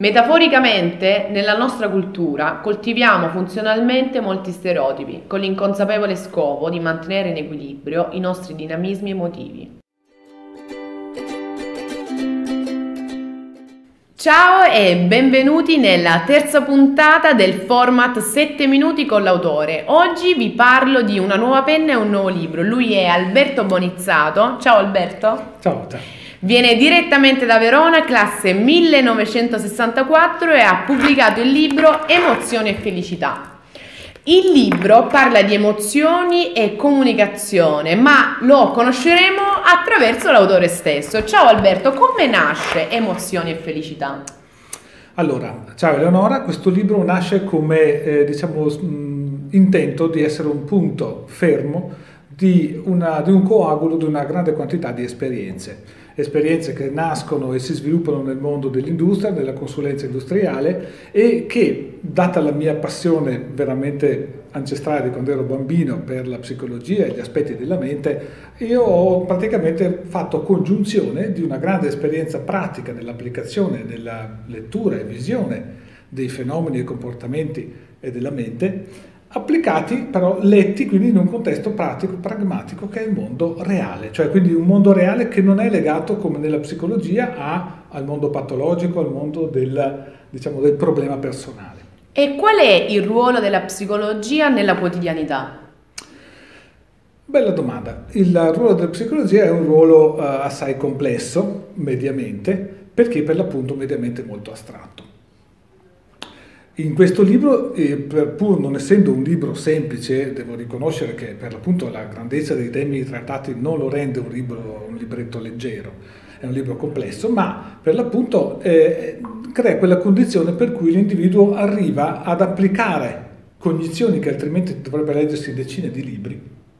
Metaforicamente, nella nostra cultura coltiviamo funzionalmente molti stereotipi, con l'inconsapevole scopo di mantenere in equilibrio i nostri dinamismi emotivi. Ciao e benvenuti nella terza puntata del format 7 minuti con l'autore. Oggi vi parlo di una nuova penna e un nuovo libro. Lui è Alberto Bonizzato. Ciao Alberto. Ciao. Viene direttamente da Verona, classe 1964 e ha pubblicato il libro Emozioni e felicità. Il libro parla di emozioni e comunicazione, ma lo conosceremo attraverso l'autore stesso. Ciao Alberto, come nasce Emozioni e felicità? Allora, ciao Eleonora, questo libro nasce come intento di essere un punto fermo di un coagulo di una grande quantità di esperienze che nascono e si sviluppano nel mondo dell'industria, della consulenza industriale, e che, data la mia passione veramente ancestrale di quando ero bambino per la psicologia e gli aspetti della mente, io ho praticamente fatto congiunzione di una grande esperienza pratica nell'applicazione, nella lettura e visione dei fenomeni e comportamenti e della mente, applicati però letti quindi in un contesto pratico, pragmatico, che è il mondo reale, cioè quindi un mondo reale che non è legato, come nella psicologia, al mondo patologico, al mondo del problema personale. E qual è il ruolo della psicologia nella quotidianità? Bella domanda. Il ruolo della psicologia è un ruolo assai complesso, mediamente, perché per l'appunto mediamente molto astratto. In questo libro, pur non essendo un libro semplice, devo riconoscere che per l'appunto la grandezza dei temi trattati non lo rende un libretto leggero, è un libro complesso, ma per l'appunto crea quella condizione per cui l'individuo arriva ad applicare cognizioni che altrimenti dovrebbe leggersi decine di libri,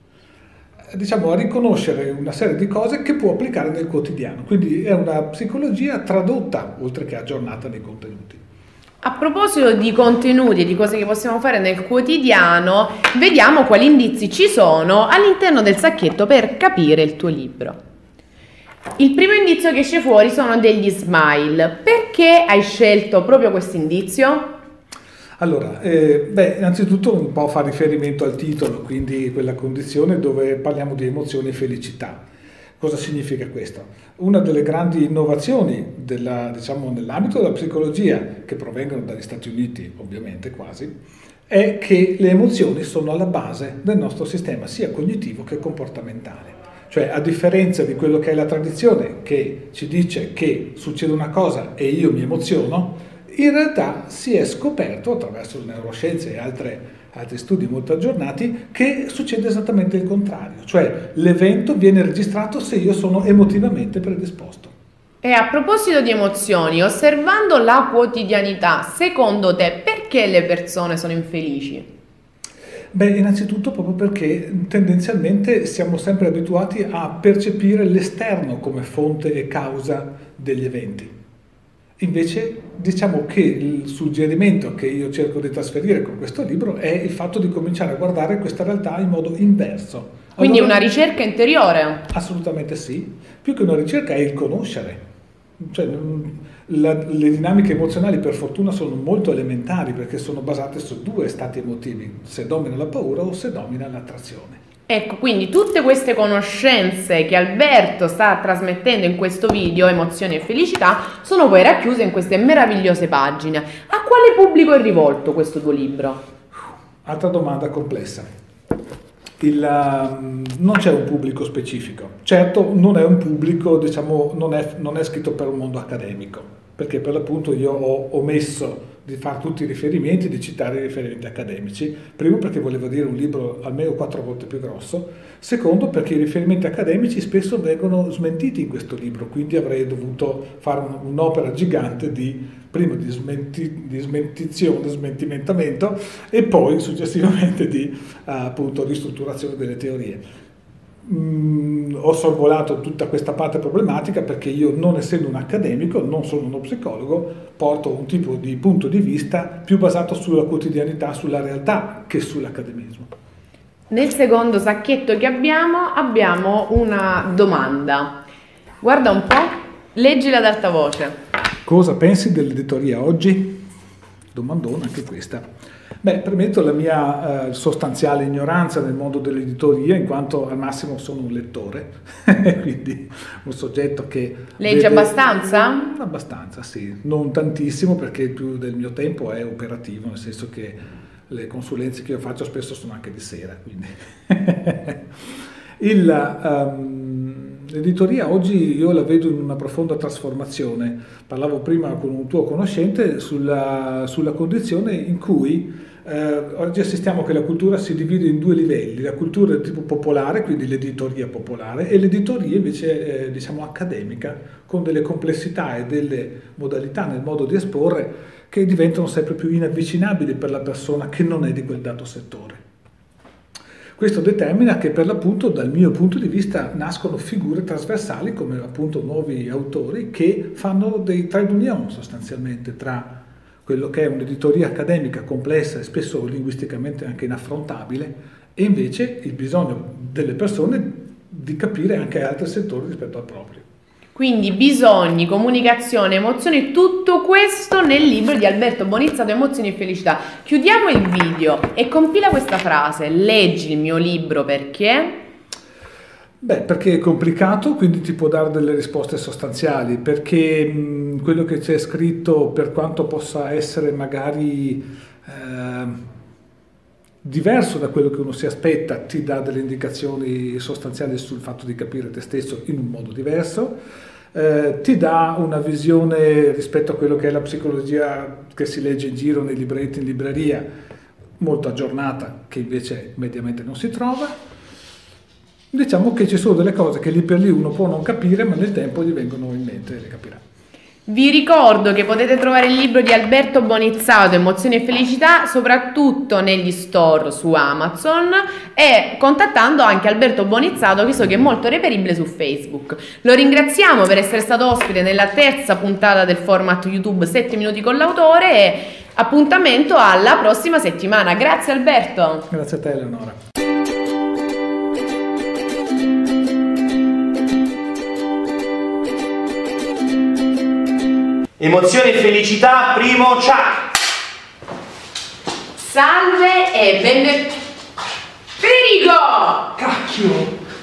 a riconoscere una serie di cose che può applicare nel quotidiano. Quindi è una psicologia tradotta, oltre che aggiornata nei contenuti. A proposito di contenuti e di cose che possiamo fare nel quotidiano, vediamo quali indizi ci sono all'interno del sacchetto per capire il tuo libro. Il primo indizio che esce fuori sono degli smile. Perché hai scelto proprio questo indizio? Allora, innanzitutto un po' fa riferimento al titolo, quindi quella condizione dove parliamo di emozioni e felicità. Cosa significa questo? Una delle grandi innovazioni nell'ambito della psicologia, che provengono dagli Stati Uniti ovviamente quasi, è che le emozioni sono alla base del nostro sistema sia cognitivo che comportamentale. Cioè, a differenza di quello che è la tradizione, che ci dice che succede una cosa e io mi emoziono, in realtà si è scoperto attraverso le neuroscienze e altri studi molto aggiornati che succede esattamente il contrario, cioè l'evento viene registrato se io sono emotivamente predisposto. E a proposito di emozioni, osservando la quotidianità, secondo te perché le persone sono infelici? Innanzitutto proprio perché tendenzialmente siamo sempre abituati a percepire l'esterno come fonte e causa degli eventi. Invece diciamo che il suggerimento che io cerco di trasferire con questo libro è il fatto di cominciare a guardare questa realtà in modo inverso. Quindi una ricerca interiore? Assolutamente sì, più che una ricerca è il conoscere. Cioè, le dinamiche emozionali per fortuna sono molto elementari perché sono basate su due stati emotivi, se domina la paura o se domina l'attrazione. Ecco, quindi tutte queste conoscenze che Alberto sta trasmettendo in questo video, Emozioni e felicità, sono poi racchiuse in queste meravigliose pagine. A quale pubblico è rivolto questo tuo libro? Altra domanda complessa. Non c'è un pubblico specifico. Certo, non è un pubblico, non è scritto per un mondo accademico, perché per l'appunto io ho omesso di fare tutti i riferimenti, di citare i riferimenti accademici. Primo perché volevo dire un libro almeno 4 volte più grosso, secondo perché i riferimenti accademici spesso vengono smentiti in questo libro, quindi avrei dovuto fare un'opera gigante di smentimentamento e poi successivamente di ristrutturazione delle teorie. Ho sorvolato tutta questa parte problematica perché io, non essendo un accademico, non sono uno psicologo, porto un tipo di punto di vista più basato sulla quotidianità, sulla realtà, che sull'accademismo. Nel secondo sacchetto che abbiamo una domanda. Guarda un po', leggila ad alta voce. Cosa pensi dell'editoria oggi? Domandona anche questa. Beh, premetto la mia sostanziale ignoranza nel mondo dell'editoria, in quanto al massimo sono un lettore, quindi un soggetto che... Legge abbastanza? Abbastanza, sì. Non tantissimo, perché più del mio tempo è operativo, nel senso che le consulenze che io faccio spesso sono anche di sera, quindi... L'editoria oggi io la vedo in una profonda trasformazione. Parlavo prima con un tuo conoscente sulla condizione in cui oggi assistiamo che la cultura si divide in due livelli: la cultura di tipo popolare, quindi l'editoria popolare, e l'editoria invece diciamo accademica, con delle complessità e delle modalità nel modo di esporre che diventano sempre più inavvicinabili per la persona che non è di quel dato settore. Questo determina che per l'appunto dal mio punto di vista nascono figure trasversali come appunto nuovi autori che fanno dei trade union sostanzialmente tra quello che è un'editoria accademica complessa e spesso linguisticamente anche inaffrontabile e invece il bisogno delle persone di capire anche altri settori rispetto al proprio. Quindi bisogni, comunicazione, emozioni, tutto questo nel libro di Alberto Bonizzato, Emozioni e Felicità. Chiudiamo il video e compila questa frase: leggi il mio libro perché... Beh, perché è complicato, quindi ti può dare delle risposte sostanziali, perché quello che c'è scritto, per quanto possa essere magari diverso da quello che uno si aspetta, ti dà delle indicazioni sostanziali sul fatto di capire te stesso in un modo diverso, ti dà una visione rispetto a quello che è la psicologia che si legge in giro nei libretti, in libreria, molto aggiornata, che invece mediamente non si trova. Diciamo che ci sono delle cose che lì per lì uno può non capire, ma nel tempo gli vengono in mente e le capirà. Vi ricordo che potete trovare il libro di Alberto Bonizzato, Emozioni e Felicità, soprattutto negli store su Amazon, e contattando anche Alberto Bonizzato, che so che è molto reperibile su Facebook. Lo ringraziamo per essere stato ospite nella terza puntata del format YouTube 7 minuti con l'autore e appuntamento alla prossima settimana. Grazie Alberto. Grazie a te Eleonora. Emozione e felicità, primo ciao! Salve e benvenuti. Federico! Cacchio!